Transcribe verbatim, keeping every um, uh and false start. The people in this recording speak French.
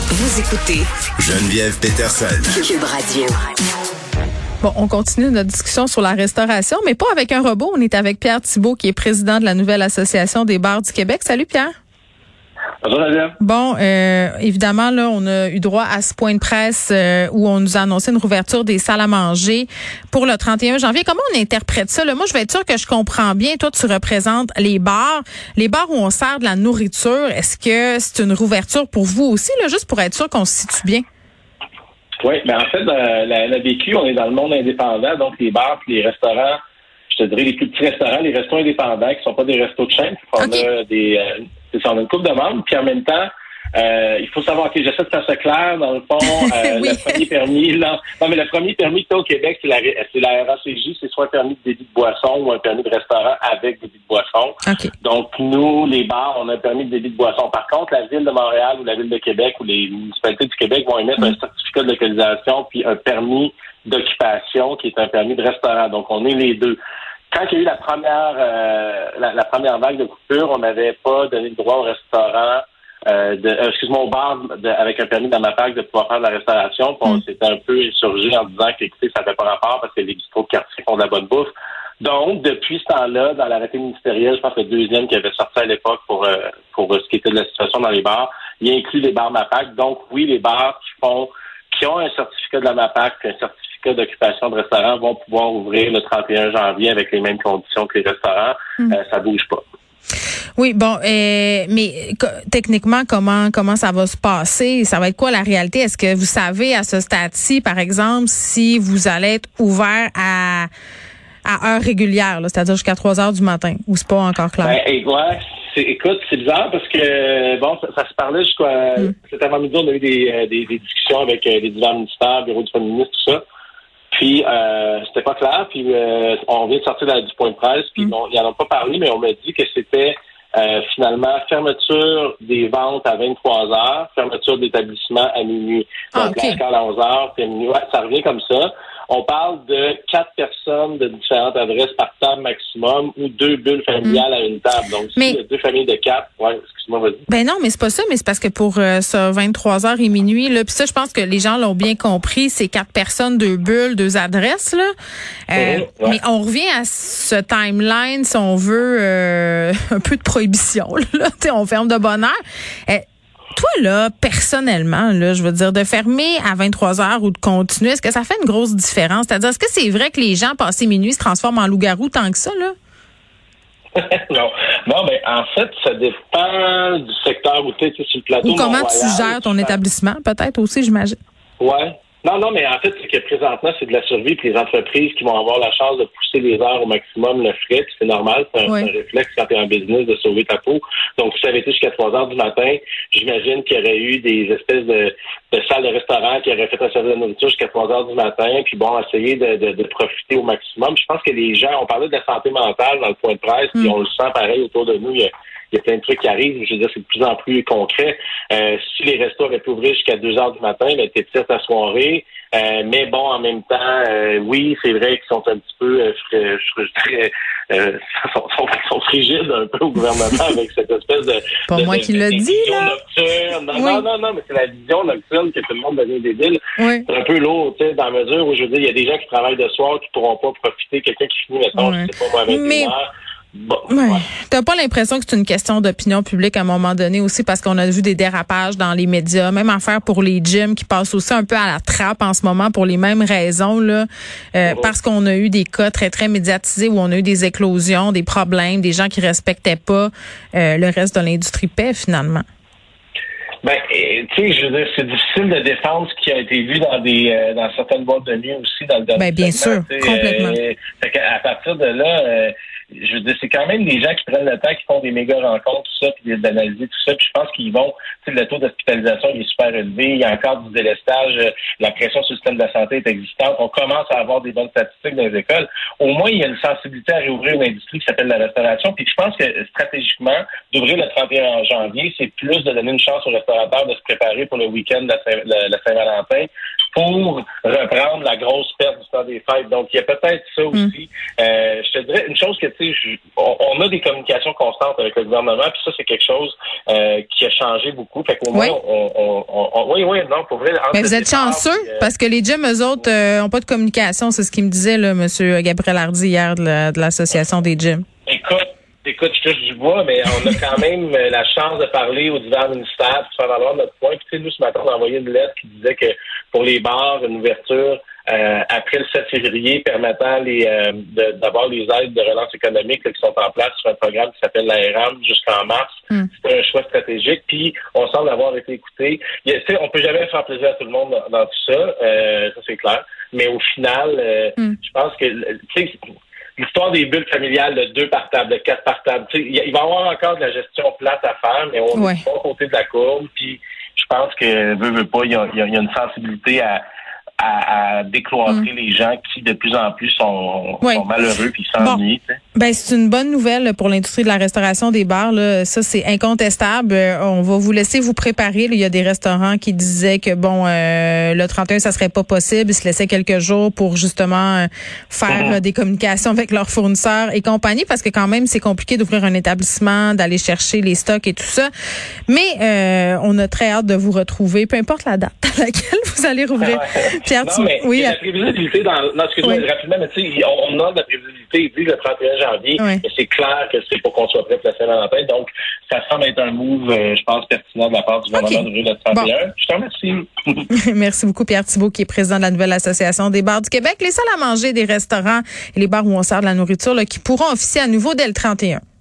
Vous écoutez Geneviève Peterson. Cube Radio. Bon, on continue notre discussion sur la restauration, mais pas avec un robot. On est avec Pierre Thibault, qui est président de la nouvelle Association des bars du Québec. Salut, Pierre. Bonjour, Nadia. Bon, euh, évidemment, là, on a eu droit à ce point de presse euh, où on nous a annoncé une rouverture des salles à manger pour le trente et un janvier. Comment on interprète ça? Là? Moi, je vais être sûre que je comprends bien. Toi, tu représentes les bars. Les bars où on sert de la nourriture, est-ce que c'est une rouverture pour vous aussi, là, juste pour être sûr qu'on se situe bien? Oui, mais en fait, la, la, la B Q, on est dans le monde indépendant, donc les bars et les restaurants, je te dirais les plus petits restaurants, les restos indépendants qui ne sont pas des restos de chaîne. On okay. a des euh, c'est ça, on a une couple de membres, puis en même temps, euh, il faut savoir que j'essaie de faire ça clair, dans le fond, euh, oui. le premier permis, là, non mais le premier permis que tu as au Québec, c'est la, c'est la R A C J, c'est soit un permis de débit de boisson ou un permis de restaurant avec débit de boisson. Okay. Donc nous, les bars, on a un permis de débit de boisson. Par contre, la ville de Montréal ou la ville de Québec ou les municipalités du Québec vont émettre mmh. un certificat de localisation puis un permis d'occupation qui est un permis de restaurant. Donc on est les deux. Quand il y a eu la première euh, la, la première vague de coupure, on n'avait pas donné le droit au restaurant, euh, de, euh, excuse-moi, au bar de, avec un permis dans ma pack de pouvoir faire de la restauration. Puis on mm. s'était un peu insurgé en disant que écoutez, ça n'avait pas rapport parce que les bistrots de quartier font de la bonne bouffe. Donc, depuis ce temps-là, dans l'arrêté ministériel, je pense que le deuxième qui avait sorti à l'époque pour euh, pour ce qui était de la situation dans les bars, il inclut les bars MAPAC. Donc, oui, les bars qui font qui ont un certificat de la MAPAC, un certificat d'occupation de restaurant vont pouvoir ouvrir le trente et un janvier avec les mêmes conditions que les restaurants. Mmh. Euh, ça bouge pas. Oui, bon, euh, mais co- techniquement, comment comment ça va se passer? Ça va être quoi la réalité? Est-ce que vous savez à ce stade-ci, par exemple, si vous allez être ouvert à à heure régulière, là, c'est-à-dire jusqu'à trois heures du matin, ou c'est pas encore clair? Ben, et ouais, c'est, écoute, c'est bizarre parce que bon, ça, ça se parlait jusqu'à mm. cet avant-midi, on a eu des, euh, des, des discussions avec euh, les divers ministères, bureau du premier ministre, tout ça. Puis euh, c'était pas clair, puis euh, on vient de sortir de la, du point de presse, puis mm. ils n'en ont pas parlé, mais on m'a dit que c'était euh, finalement fermeture des ventes à vingt-trois heures, fermeture d'établissement à minuit. Donc ah, okay. la à onze heures, puis à minuit, ouais, ça revient comme ça. On parle de quatre personnes de différentes adresses par table maximum ou deux bulles familiales mmh. à une table. Donc, mais, s'il y a deux familles de quatre, ouais, excuse-moi, vas-y. Ben non, mais c'est pas ça, mais c'est parce que pour euh, ça, vingt-trois heures et minuit, là, puis ça, je pense que les gens l'ont bien compris, c'est quatre personnes, deux bulles, deux adresses, là. Euh, mmh, ouais. Mais on revient à ce timeline, si on veut, euh, un peu de prohibition, là. Tu sais, on ferme de bonne heure. Euh, Toi, là, personnellement, là, je veux dire, de fermer à vingt-trois heures ou de continuer, est-ce que ça fait une grosse différence? C'est-à-dire, est-ce que c'est vrai que les gens, passés minuit, se transforment en loup-garou tant que ça, là? non. Non, mais en fait, ça dépend du secteur où tu es, sur le plateau. Ou comment Mont-Royal, tu gères ton tu établissement, peut-être aussi, j'imagine. Ouais. Non, non, mais en fait, c'est que présentement, c'est de la survie, puis les entreprises qui vont avoir la chance de pousser les heures au maximum le feraient, puis c'est normal, c'est un, oui. un réflexe quand tu es en business de sauver ta peau. Donc, si ça avait été jusqu'à trois heures du matin, j'imagine qu'il y aurait eu des espèces de, de salles de restaurant qui auraient fait un service de nourriture jusqu'à trois heures du matin, puis bon, essayer de, de, de profiter au maximum. Je pense que les gens, on parlait de la santé mentale dans le point de presse, mm. puis on le sent pareil autour de nous, il y a Il y a plein de trucs qui arrivent. Je veux dire, c'est de plus en plus concret. Euh, si les restos avaient pu ouvrir jusqu'à deux heures du matin, ben, t'étires ta soirée. Euh, mais bon, en même temps, euh, oui, c'est vrai qu'ils sont un petit peu, euh, je, je, je dirais, euh, sont, sont, sont frigides un peu au gouvernement avec cette espèce de... Pas de, moi de, qui de, l'a de dit, là. Nocturne. Non, oui. non, non, non, mais c'est la vision nocturne que tout le monde devient débile. Oui. C'est un peu lourd, tu sais, dans la mesure où, je veux dire, il y a des gens qui travaillent de soir qui pourront pas profiter. Quelqu'un qui finit, mettons, oui. je sais pas moi, avec mais... une heure. Bon, ouais. Ouais. T'as pas l'impression que c'est une question d'opinion publique à un moment donné aussi parce qu'on a vu des dérapages dans les médias, même affaire pour les gyms qui passent aussi un peu à la trappe en ce moment pour les mêmes raisons là, euh, oh. parce qu'on a eu des cas très très médiatisés où on a eu des éclosions, des problèmes, des gens qui respectaient pas euh, le reste de l'industrie paix finalement. Ben, tu sais, je veux dire, c'est difficile de défendre ce qui a été vu dans des euh, dans certaines boîtes de nuit aussi dans le domaine. Ben bien sûr, complètement. Euh, fait qu'à partir de là, euh, je veux dire, c'est quand même des gens qui prennent le temps, qui font des méga rencontres, tout ça, puis d'analyser tout ça. Puis je pense qu'ils vont, tu sais, le taux d'hospitalisation il est super élevé. Il y a encore du délestage. La pression sur le système de la santé est existante. On commence à avoir des bonnes statistiques dans les écoles. Au moins, il y a une sensibilité à réouvrir une industrie qui s'appelle la restauration. Puis je pense que stratégiquement, d'ouvrir le trente et un janvier, c'est plus de donner une chance aux restaurateurs de se préparer pour le week-end de la, Saint- la, la Saint-Valentin pour reprendre la grosse perte du temps des fêtes. Donc, il y a peut-être ça aussi. Mm. Euh, je te dirais une chose que, tu sais, on, on a des communications constantes avec le gouvernement, puis ça, c'est quelque chose euh, qui a changé beaucoup. Fait qu'au moins, oui. on, on, on, on... Oui, oui, non, pour vrai... Mais vous êtes chanceux, puis, euh... parce que les gyms, eux autres, euh, ont pas de communication. C'est ce qu'il me disait, là, M. Gabriel Hardy, hier, de, la, de l'Association des gyms. Écoute, Écoute, je touche du bois, mais on a quand même la chance de parler aux divers ministères, de faire valoir notre point. Puis, tu sais, nous, ce matin, on a envoyé une lettre qui disait que pour les bars, une ouverture euh, après le sept février permettant les euh, de, d'avoir les aides de relance économique là, qui sont en place sur un programme qui s'appelle l'A R M jusqu'en mars. Mm. C'est un choix stratégique. Puis, on semble avoir été écouté. Il y a, tu sais, on peut jamais faire plaisir à tout le monde dans, dans tout ça. Euh, ça, c'est clair. Mais au final, euh, mm. je pense que, tu sais, l'histoire des bulles familiales de deux par table, de quatre par table, tu sais, il va y avoir encore de la gestion plate à faire, mais on ouais. est pas au côté de la courbe. Puis je pense que veut, veut pas, il y a, y a une sensibilité à, à, à décloîtrer mm. les gens qui de plus en plus sont, oui. sont malheureux puis s'ennuient. Bon. Ben c'est une bonne nouvelle pour l'industrie de la restauration des bars. Là. Ça, c'est incontestable. On va vous laisser vous préparer. Là. Il y a des restaurants qui disaient que bon, euh, le trente et un, ça serait pas possible. Ils se laissaient quelques jours pour justement faire mm-hmm. des communications avec leurs fournisseurs et compagnie, parce que quand même, c'est compliqué d'ouvrir un établissement, d'aller chercher les stocks et tout ça. Mais euh, on a très hâte de vous retrouver, peu importe la date à laquelle vous allez rouvrir. Ouais. Pierre, non, tu... mais oui, la prévisibilité dans... Non, excuse-moi, oui. rapidement, mais tu sais, on, on a de la prévisibilité, ils disent le trente et un janvier, oui. mais c'est clair que c'est pour qu'on soit prêt pour la Saint-Valentin. Donc, ça semble être un move, euh, je pense, pertinent de la part du gouvernement d'ouvrir le trente et un. Bon. Je te remercie. Merci beaucoup, Pierre Thibault, qui est président de la nouvelle Association des bars du Québec. Les salles à manger des restaurants et les bars où on sert de la nourriture là, qui pourront officier à nouveau dès le trente et un.